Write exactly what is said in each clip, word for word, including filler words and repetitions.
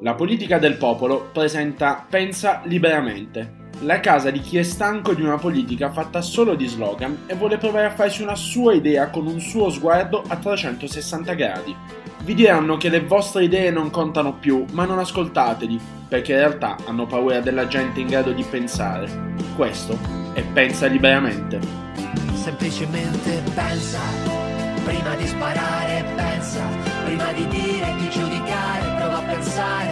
La politica del popolo presenta Pensa liberamente, la casa di chi è stanco di una politica fatta solo di slogan e vuole provare a farsi una sua idea con un suo sguardo a trecentosessanta gradi. Vi diranno che le vostre idee non contano più, ma non ascoltateli, perché in realtà hanno paura della gente in grado di pensare. Questo è Pensa liberamente. Semplicemente pensa, prima di sparare, pensa, prima di dire, di giudicare, prova a pensare,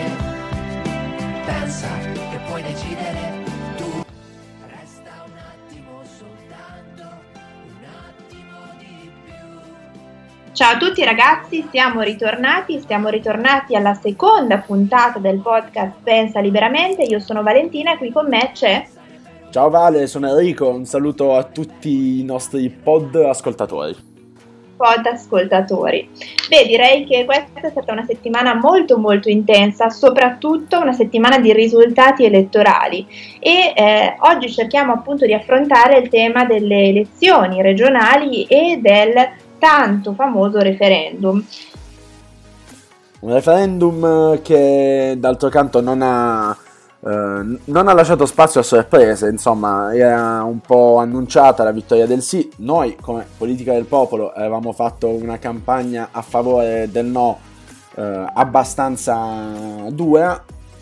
pensa che puoi decidere tu. Resta un attimo soltanto, un attimo di più. Ciao a tutti ragazzi, siamo ritornati, siamo ritornati alla seconda puntata del podcast Pensa liberamente. Io sono Valentina e qui con me c'è... Ciao Vale, sono Enrico, un saluto a tutti i nostri pod ascoltatori. Pod ascoltatori. Beh, direi che questa è stata una settimana molto molto intensa, soprattutto una settimana di risultati elettorali e eh, oggi cerchiamo appunto di affrontare il tema delle elezioni regionali e del tanto famoso referendum. Un referendum che d'altro canto non ha... Uh, non ha lasciato spazio a sorprese, insomma, era un po' annunciata la vittoria del sì. Noi, come Politica del Popolo, avevamo fatto una campagna a favore del no uh, abbastanza dura,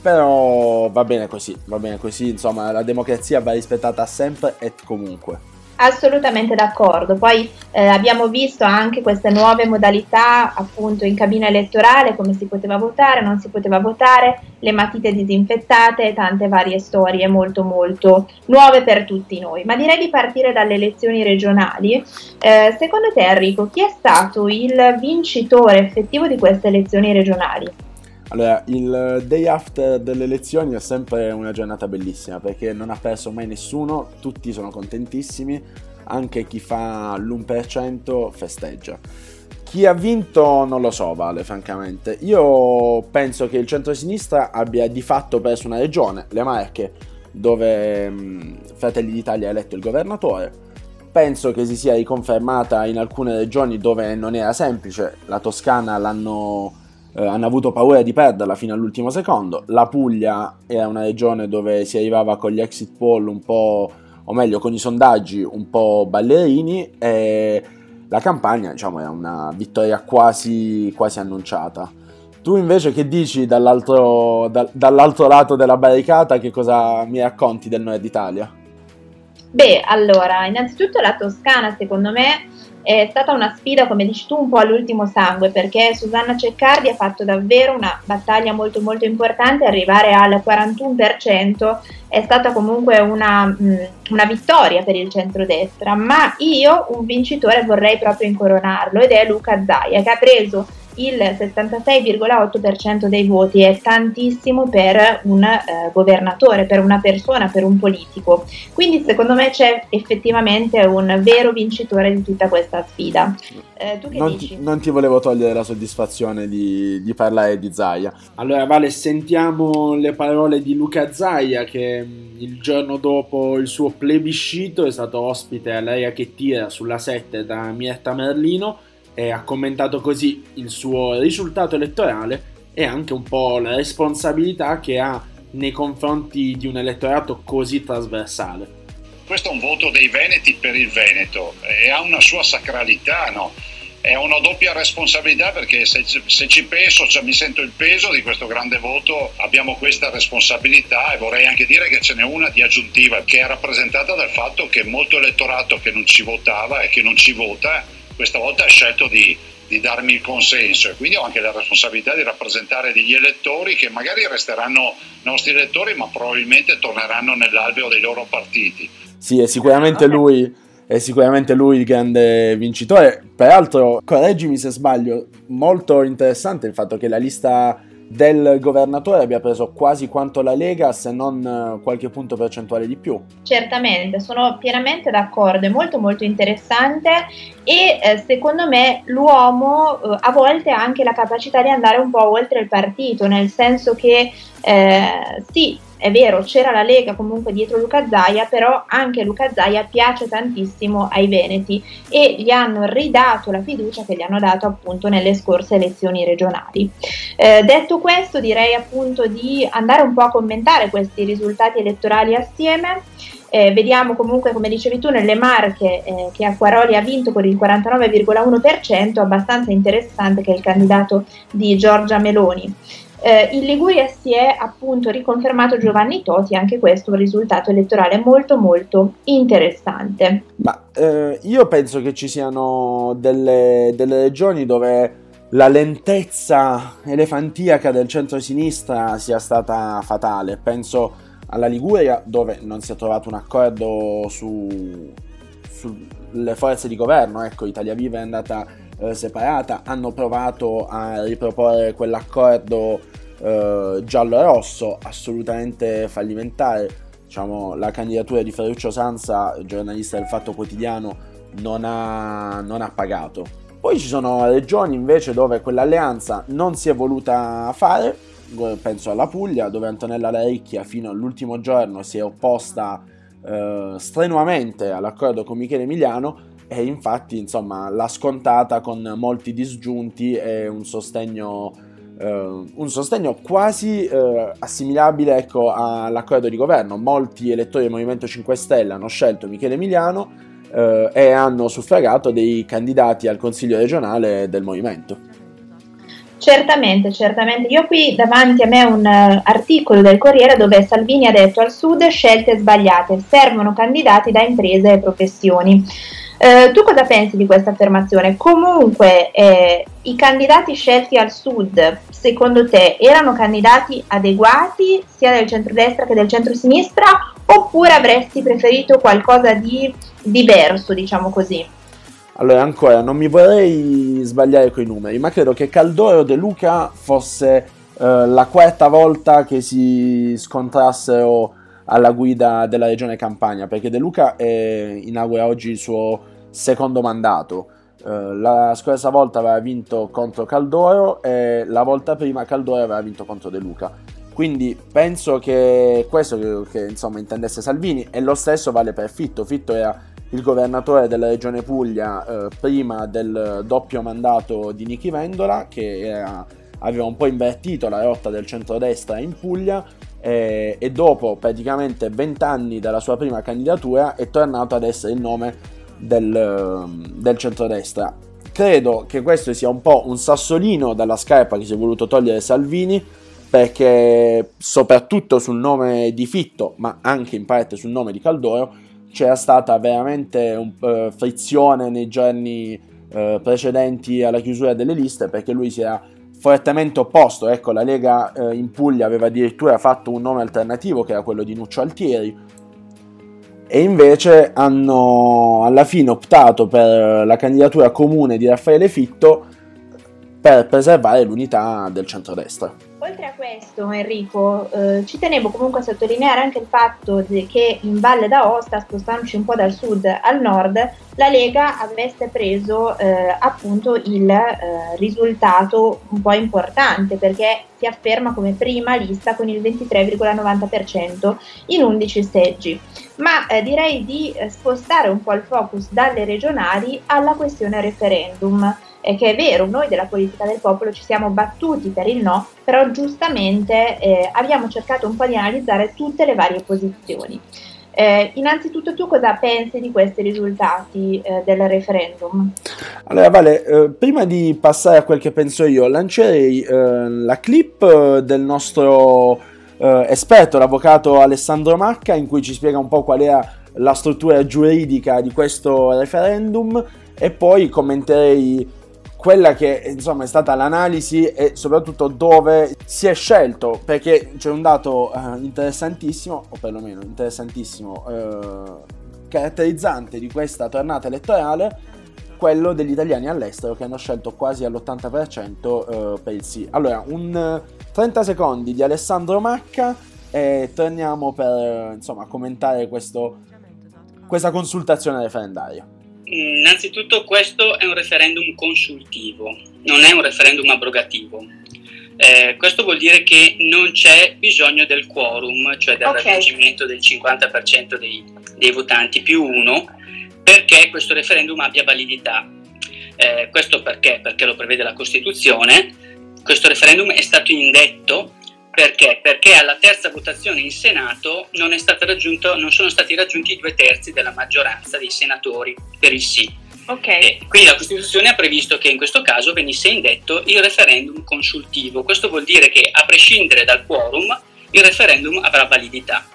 però va bene così, va bene così, insomma, la democrazia va rispettata sempre e comunque. Assolutamente d'accordo, poi eh, abbiamo visto anche queste nuove modalità appunto in cabina elettorale, come si poteva votare, non si poteva votare, le matite disinfettate e tante varie storie molto molto nuove per tutti noi. Ma direi di partire dalle elezioni regionali. Eh, secondo te Enrico, chi è stato il vincitore effettivo di queste elezioni regionali? Allora, il day after delle elezioni è sempre una giornata bellissima perché non ha perso mai nessuno, tutti sono contentissimi, anche chi fa l'uno per cento festeggia. Chi ha vinto non lo so, Vale, francamente. Io penso che il centrosinistra abbia di fatto perso una regione, le Marche, dove mh, Fratelli d'Italia ha eletto il governatore. Penso che si sia riconfermata in alcune regioni dove non era semplice, la Toscana l'hanno... Eh, hanno avuto paura di perderla fino all'ultimo secondo. La Puglia era una regione dove si arrivava con gli exit poll un po', o meglio con i sondaggi un po' ballerini, e la Campania, diciamo, era una vittoria quasi, quasi annunciata. Tu invece che dici dall'altro, da, dall'altro lato della barricata? Che cosa mi racconti del nord Italia? Beh, allora, innanzitutto la Toscana secondo me è stata una sfida, come dici tu, un po' all'ultimo sangue, perché Susanna Ceccardi ha fatto davvero una battaglia molto molto importante. Arrivare al quarantuno per cento è stata comunque una, mh, una vittoria per il centrodestra, ma io un vincitore vorrei proprio incoronarlo ed è Luca Zaia, che ha preso il sessantasei virgola otto per cento dei voti. È tantissimo per un eh, governatore, per una persona, per un politico. Quindi secondo me c'è effettivamente un vero vincitore di tutta questa sfida. Eh, tu che non dici? Ti, non ti volevo togliere la soddisfazione di, di parlare di Zaia. Allora Vale, sentiamo le parole di Luca Zaia, che il giorno dopo il suo plebiscito è stato ospite all'Aria che tira sulla sette da Mirta Merlino e ha commentato così il suo risultato elettorale e anche un po' la responsabilità che ha nei confronti di un elettorato così trasversale. Questo è un voto dei Veneti per il Veneto e ha una sua sacralità, no? È una doppia responsabilità, perché se, se ci penso, cioè, mi sento il peso di questo grande voto, abbiamo questa responsabilità, e vorrei anche dire che ce n'è una di aggiuntiva che è rappresentata dal fatto che molto elettorato che non ci votava e che non ci vota questa volta ha scelto di, di darmi il consenso, e quindi ho anche la responsabilità di rappresentare degli elettori che magari resteranno nostri elettori ma probabilmente torneranno nell'alveo dei loro partiti. Sì, è sicuramente lui, è sicuramente lui il grande vincitore. Peraltro, correggimi se sbaglio, molto interessante il fatto che la lista del governatore abbia preso quasi quanto la Lega, se non qualche punto percentuale di più. Certamente, sono pienamente d'accordo, è molto molto interessante e eh, secondo me l'uomo eh, a volte ha anche la capacità di andare un po' oltre il partito, nel senso che eh, sì, è vero, c'era la Lega comunque dietro Luca Zaia, però anche Luca Zaia piace tantissimo ai veneti e gli hanno ridato la fiducia che gli hanno dato appunto nelle scorse elezioni regionali. Eh, detto questo, direi appunto di andare un po' a commentare questi risultati elettorali assieme. Eh, vediamo comunque, come dicevi tu, nelle Marche eh, che Acquaroli ha vinto con il quarantanove virgola uno per cento, abbastanza interessante, che è il candidato di Giorgia Meloni. Eh, in Liguria si è appunto riconfermato Giovanni Toti, anche questo un risultato elettorale molto molto interessante. Ma eh, io penso che ci siano delle, delle regioni dove la lentezza elefantiaca del centro-sinistra sia stata fatale. Penso alla Liguria, dove non si è trovato un accordo su, sulle forze di governo. Ecco, Italia Viva è andata eh, separata, hanno provato a riproporre quell'accordo eh, giallo-rosso, assolutamente fallimentare. Diciamo, la candidatura di Ferruccio Sanza, giornalista del Fatto Quotidiano, non ha, non ha pagato. Poi ci sono regioni invece dove quell'alleanza non si è voluta fare. Penso alla Puglia, dove Antonella Laricchia fino all'ultimo giorno si è opposta eh, strenuamente all'accordo con Michele Emiliano e infatti insomma l'ha scontata con molti disgiunti e un sostegno, eh, un sostegno quasi eh, assimilabile, ecco, all'accordo di governo. Molti elettori del Movimento cinque Stelle hanno scelto Michele Emiliano eh, e hanno suffragato dei candidati al Consiglio regionale del Movimento. Certamente, certamente. Io ho qui davanti a me un uh, articolo del Corriere dove Salvini ha detto: al sud scelte sbagliate, servono candidati da imprese e professioni. Uh, tu cosa pensi di questa affermazione? Comunque eh, i candidati scelti al sud, secondo te, erano candidati adeguati sia del centrodestra che del centrosinistra, oppure avresti preferito qualcosa di diverso, diciamo così? Allora, ancora, non mi vorrei sbagliare coi numeri, ma credo che Caldoro De Luca fosse eh, la quarta volta che si scontrassero alla guida della regione Campania, perché De Luca è, inaugura oggi il suo secondo mandato. Eh, la scorsa volta aveva vinto contro Caldoro e la volta prima Caldoro aveva vinto contro De Luca. Quindi penso che questo che, che insomma intendesse Salvini, e lo stesso vale per Fitto. Fitto era il governatore della regione Puglia eh, prima del doppio mandato di Nichi Vendola, che era, aveva un po' invertito la rotta del centrodestra in Puglia eh, e dopo praticamente vent'anni dalla sua prima candidatura è tornato ad essere il nome del, del centrodestra. Credo che questo sia un po' un sassolino dalla scarpa che si è voluto togliere Salvini, perché soprattutto sul nome di Fitto, ma anche in parte sul nome di Caldoro, c'era stata veramente un, uh, frizione nei giorni uh, precedenti alla chiusura delle liste, perché lui si era fortemente opposto. Ecco, la Lega uh, in Puglia aveva addirittura fatto un nome alternativo, che era quello di Nuccio Altieri, e invece hanno alla fine optato per la candidatura comune di Raffaele Fitto per preservare l'unità del centrodestra. Oltre a questo, Enrico, eh, ci tenevo comunque a sottolineare anche il fatto de- che in Valle d'Aosta, spostandoci un po' dal sud al nord, la Lega avesse preso eh, appunto il eh, risultato un po' importante, perché si afferma come prima lista con il ventitré virgola novanta per cento in undici seggi. Ma eh, direi di eh, spostare un po' il focus dalle regionali alla questione referendum. Eh, che è vero, noi della politica del popolo ci siamo battuti per il no, però giustamente eh, abbiamo cercato un po' di analizzare tutte le varie posizioni. Eh, innanzitutto, tu cosa pensi di questi risultati eh, del referendum? Allora Vale, eh, prima di passare a quel che penso io, lancerei eh, la clip del nostro eh, esperto, l'avvocato Alessandro Macca, in cui ci spiega un po' qual era la struttura giuridica di questo referendum, e poi commenterei quella che insomma è stata l'analisi e soprattutto dove si è scelto, perché c'è un dato uh, interessantissimo, o perlomeno interessantissimo, uh, caratterizzante di questa tornata elettorale, quello degli italiani all'estero che hanno scelto quasi all'ottanta per cento uh, per il sì. Allora, un uh, trenta secondi di Alessandro Macca e torniamo per uh, insomma commentare questo, questa consultazione referendaria. Innanzitutto questo è un referendum consultivo, non è un referendum abrogativo. Eh, questo vuol dire che non c'è bisogno del quorum, cioè del Ok. raggiungimento del cinquanta per cento dei, dei votanti più uno, perché questo referendum abbia validità. Eh, questo perché? Perché lo prevede la Costituzione. Questo referendum è stato indetto perché? Perché alla terza votazione in Senato non, è stato raggiunto, non sono stati raggiunti i due terzi della maggioranza dei senatori per il sì. Ok. E quindi la Costituzione ha previsto che in questo caso venisse indetto il referendum consultivo. Questo vuol dire che a prescindere dal quorum il referendum avrà validità.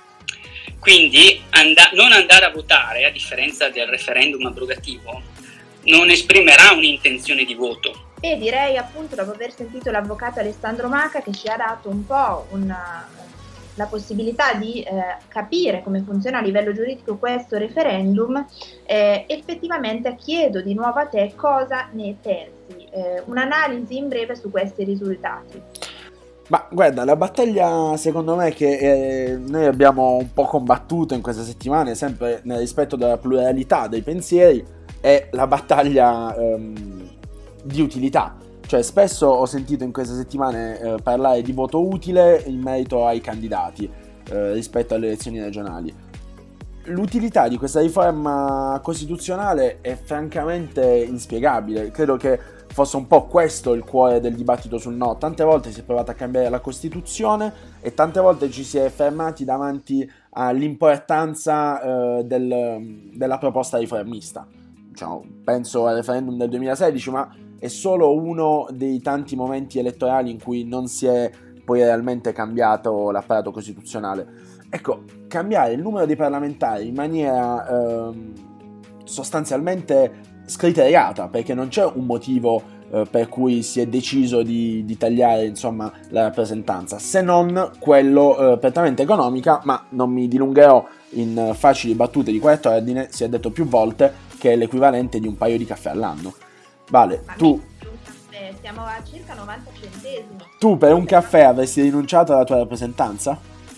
Quindi and- non andare a votare, a differenza del referendum abrogativo, non esprimerà un'intenzione di voto. E direi appunto, dopo aver sentito l'avvocato Alessandro Maca, che ci ha dato un po' una, la possibilità di eh, capire come funziona a livello giuridico questo referendum, eh, effettivamente chiedo di nuovo a te cosa ne pensi, eh, un'analisi in breve su questi risultati. Ma guarda, la battaglia secondo me che eh, noi abbiamo un po' combattuto in queste settimane, sempre nel rispetto della pluralità dei pensieri, è la battaglia ehm, di utilità. Cioè spesso ho sentito in queste settimane eh, parlare di voto utile in merito ai candidati eh, rispetto alle elezioni regionali. L'utilità di questa riforma costituzionale è francamente inspiegabile. Credo che fosse un po' questo il cuore del dibattito sul no. Tante volte si è provato a cambiare la Costituzione e tante volte ci si è fermati davanti all'importanza eh, del, della proposta riformista. Diciamo, penso al referendum del duemilasedici, ma è solo uno dei tanti momenti elettorali in cui non si è poi realmente cambiato l'apparato costituzionale. Ecco, cambiare il numero dei parlamentari in maniera ehm, sostanzialmente scriteriata, perché non c'è un motivo eh, per cui si è deciso di, di tagliare insomma la rappresentanza, se non quello eh, prettamente economica, ma non mi dilungherò in facili battute di quarto ordine. Si è detto più volte che è l'equivalente di un paio di caffè all'anno. Vale, Ma tu, per un caffè siamo a circa novanta centesimi. tu per un caffè avresti rinunciato alla tua rappresentanza?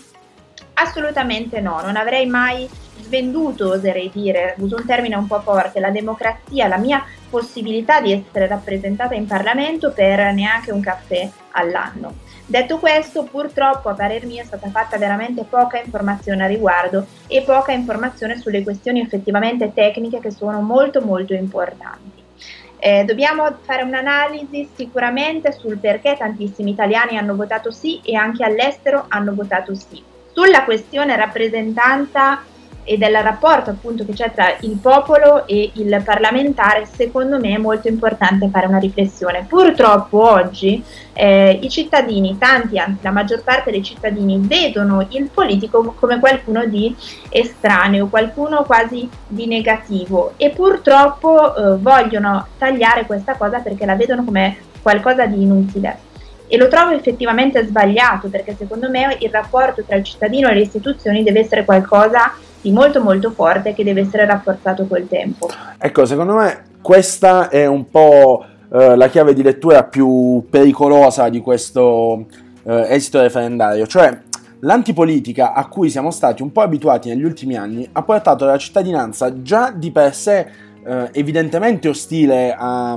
Assolutamente no, non avrei mai svenduto, oserei dire, uso un termine un po' forte, la democrazia, la mia possibilità di essere rappresentata in Parlamento per neanche un caffè all'anno. Detto questo, purtroppo a parer mio è stata fatta veramente poca informazione a riguardo e poca informazione sulle questioni effettivamente tecniche che sono molto molto importanti. Eh, dobbiamo fare un'analisi sicuramente sul perché tantissimi italiani hanno votato sì e anche all'estero hanno votato sì. Sulla questione rappresentanza e del rapporto appunto che c'è tra il popolo e il parlamentare, secondo me è molto importante fare una riflessione. Purtroppo oggi eh, i cittadini, tanti, anzi la maggior parte dei cittadini, vedono il politico come qualcuno di estraneo, qualcuno quasi di negativo, e purtroppo eh, vogliono tagliare questa cosa perché la vedono come qualcosa di inutile. E lo trovo effettivamente sbagliato, perché secondo me il rapporto tra il cittadino e le istituzioni deve essere qualcosa di molto molto forte, che deve essere rafforzato col tempo. Ecco, secondo me questa è un po' eh, la chiave di lettura più pericolosa di questo eh, esito referendario, cioè l'antipolitica a cui siamo stati un po' abituati negli ultimi anni ha portato la cittadinanza già di per sé eh, evidentemente ostile a...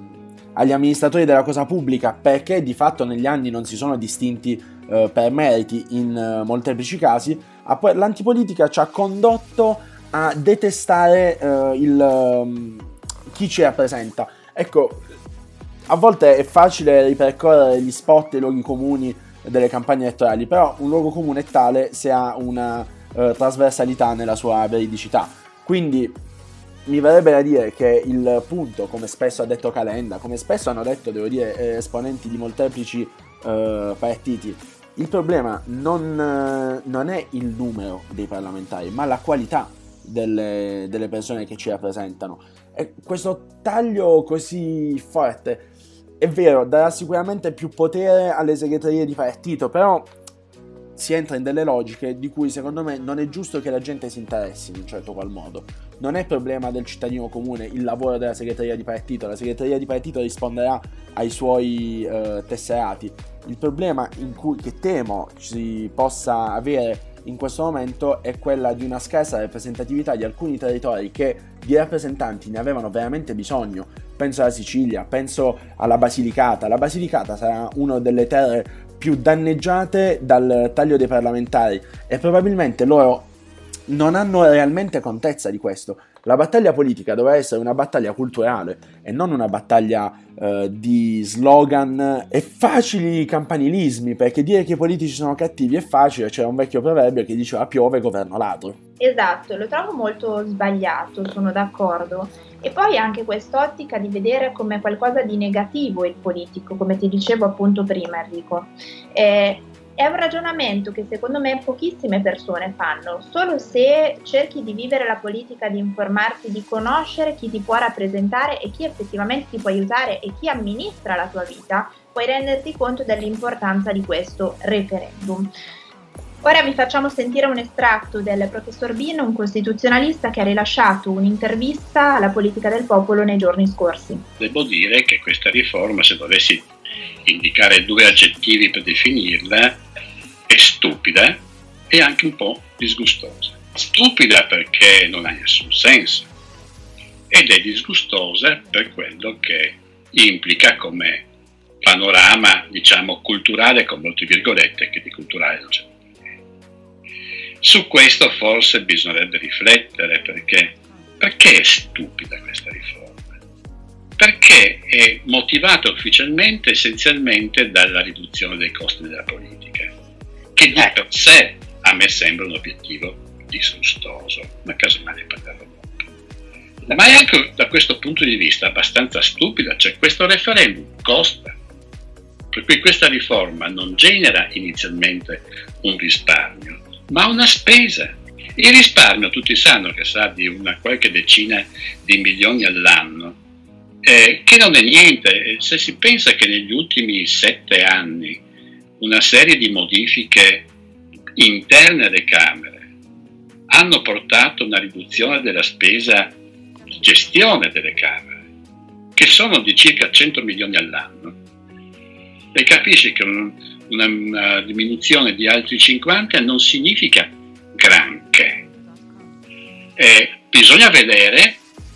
agli amministratori della cosa pubblica, perché di fatto negli anni non si sono distinti eh, per meriti in eh, molteplici casi. Poi l'antipolitica ci ha condotto a detestare eh, il, um, chi ci rappresenta. Ecco, a volte è facile ripercorrere gli spot e i luoghi comuni delle campagne elettorali, però un luogo comune è tale se ha una eh, trasversalità nella sua veridicità. Quindi mi verrebbe da dire che il punto, come spesso ha detto Calenda, come spesso hanno detto, devo dire, eh, esponenti di molteplici eh, partiti, il problema non, eh, non è il numero dei parlamentari, ma la qualità delle, delle persone che ci rappresentano. E questo taglio così forte, è vero, darà sicuramente più potere alle segreterie di partito, però si entra in delle logiche di cui secondo me non è giusto che la gente si interessi in un certo qual modo. Non è problema del cittadino comune il lavoro della segreteria di partito, la segreteria di partito risponderà ai suoi eh, tesserati. Il problema in cui, che temo si possa avere in questo momento, è quella di una scarsa rappresentatività di alcuni territori che di rappresentanti ne avevano veramente bisogno, penso alla Sicilia, penso alla Basilicata. La Basilicata sarà una delle terre più danneggiate dal taglio dei parlamentari e probabilmente loro non hanno realmente contezza di questo. La battaglia politica doveva essere una battaglia culturale e non una battaglia eh, di slogan e facili campanilismi, perché dire che i politici sono cattivi è facile. C'era un vecchio proverbio che diceva piove, governo ladro. Esatto, lo trovo molto sbagliato, sono d'accordo. E poi anche quest'ottica di vedere come qualcosa di negativo il politico, come ti dicevo appunto prima, Enrico. Eh, È un ragionamento che secondo me pochissime persone fanno. Solo se cerchi di vivere la politica, di informarti, di conoscere chi ti può rappresentare e chi effettivamente ti può aiutare e chi amministra la tua vita, puoi renderti conto dell'importanza di questo referendum. Ora vi facciamo sentire un estratto del professor Bin, un costituzionalista che ha rilasciato un'intervista alla Politica del Popolo nei giorni scorsi. Devo dire che questa riforma, se dovessi indicare due aggettivi per definirla, è stupida e anche un po' disgustosa. Stupida perché non ha nessun senso ed è disgustosa per quello che implica come panorama, diciamo, culturale, con molte virgolette, che di culturale non c'è niente. Su questo forse bisognerebbe riflettere, perché perché è stupida questa riforma? Perché è motivata ufficialmente essenzialmente dalla riduzione dei costi della politica, che di per sé a me sembra un obiettivo disgustoso, ma casomai ne parlerò dopo. Ma è anche da questo punto di vista abbastanza stupida, cioè questo referendum costa, per cui questa riforma non genera inizialmente un risparmio, ma una spesa. Il risparmio tutti sanno che sa di una qualche decina di milioni all'anno, Eh, che non è niente. Se si pensa che negli ultimi sette anni una serie di modifiche interne alle Camere hanno portato a una riduzione della spesa di gestione delle Camere, che sono di circa cento milioni all'anno, e capisci che un, una, una diminuzione di altri cinquanta non significa granché. Eh, bisogna vedere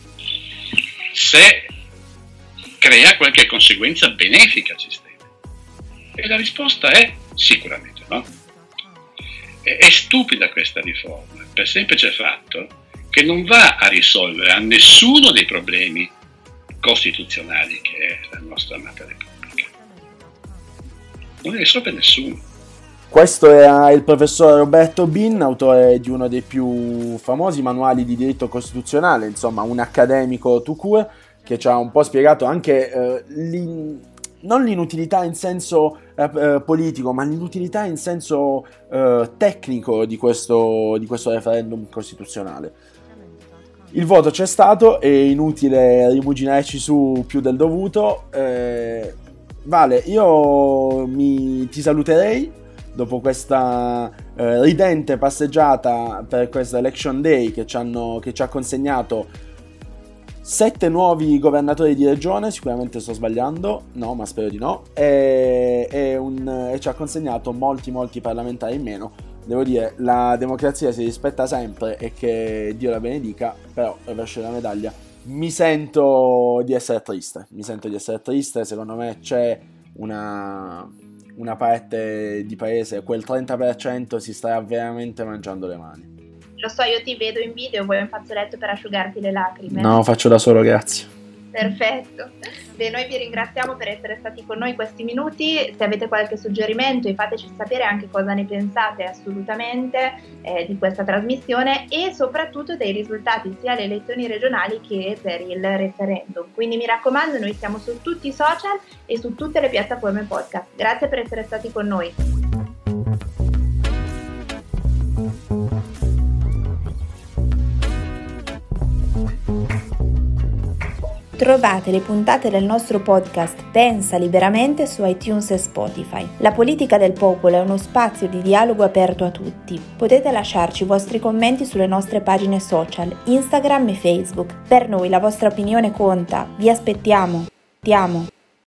se crea qualche conseguenza benefica al sistema. E la risposta è sicuramente no. È, è stupida questa riforma, per semplice fatto che non va a risolvere a nessuno dei problemi costituzionali che è la nostra amata Repubblica. Non ne risolve nessuno. Questo era il professor Roberto Bin, autore di uno dei più famosi manuali di diritto costituzionale, insomma un accademico tout court, che ci ha un po' spiegato anche eh, l'in... non l'inutilità in senso eh, politico, ma l'inutilità in senso eh, tecnico di questo, di questo referendum costituzionale. Il voto c'è stato, è inutile rimuginarci su più del dovuto. Eh, Vale, io mi, ti saluterei dopo questa eh, ridente passeggiata per questa Election Day che ci, hanno, che ci ha consegnato sette nuovi governatori di regione, sicuramente sto sbagliando, no, ma spero di no, e, e, un, e ci ha consegnato molti molti parlamentari in meno. Devo dire, la democrazia si rispetta sempre e che Dio la benedica, però rovescio della medaglia, mi sento di essere triste, mi sento di essere triste, secondo me c'è una, una parte di paese, quel trenta per cento si sta veramente mangiando le mani. Lo so, io ti vedo in video, vuoi un fazzoletto per asciugarti le lacrime? No, faccio da solo, grazie. Perfetto. Beh, noi vi ringraziamo per essere stati con noi questi minuti. Se avete qualche suggerimento, fateci sapere anche cosa ne pensate assolutamente eh, di questa trasmissione e soprattutto dei risultati sia alle elezioni regionali che per il referendum. Quindi mi raccomando, noi siamo su tutti i social e su tutte le piattaforme podcast. Grazie per essere stati con noi. Trovate le puntate del nostro podcast Pensa Liberamente su iTunes e Spotify. La Politica del Popolo è uno spazio di dialogo aperto a tutti. Potete lasciarci i vostri commenti sulle nostre pagine social, Instagram e Facebook. Per noi la vostra opinione conta. Vi aspettiamo. Ti amo.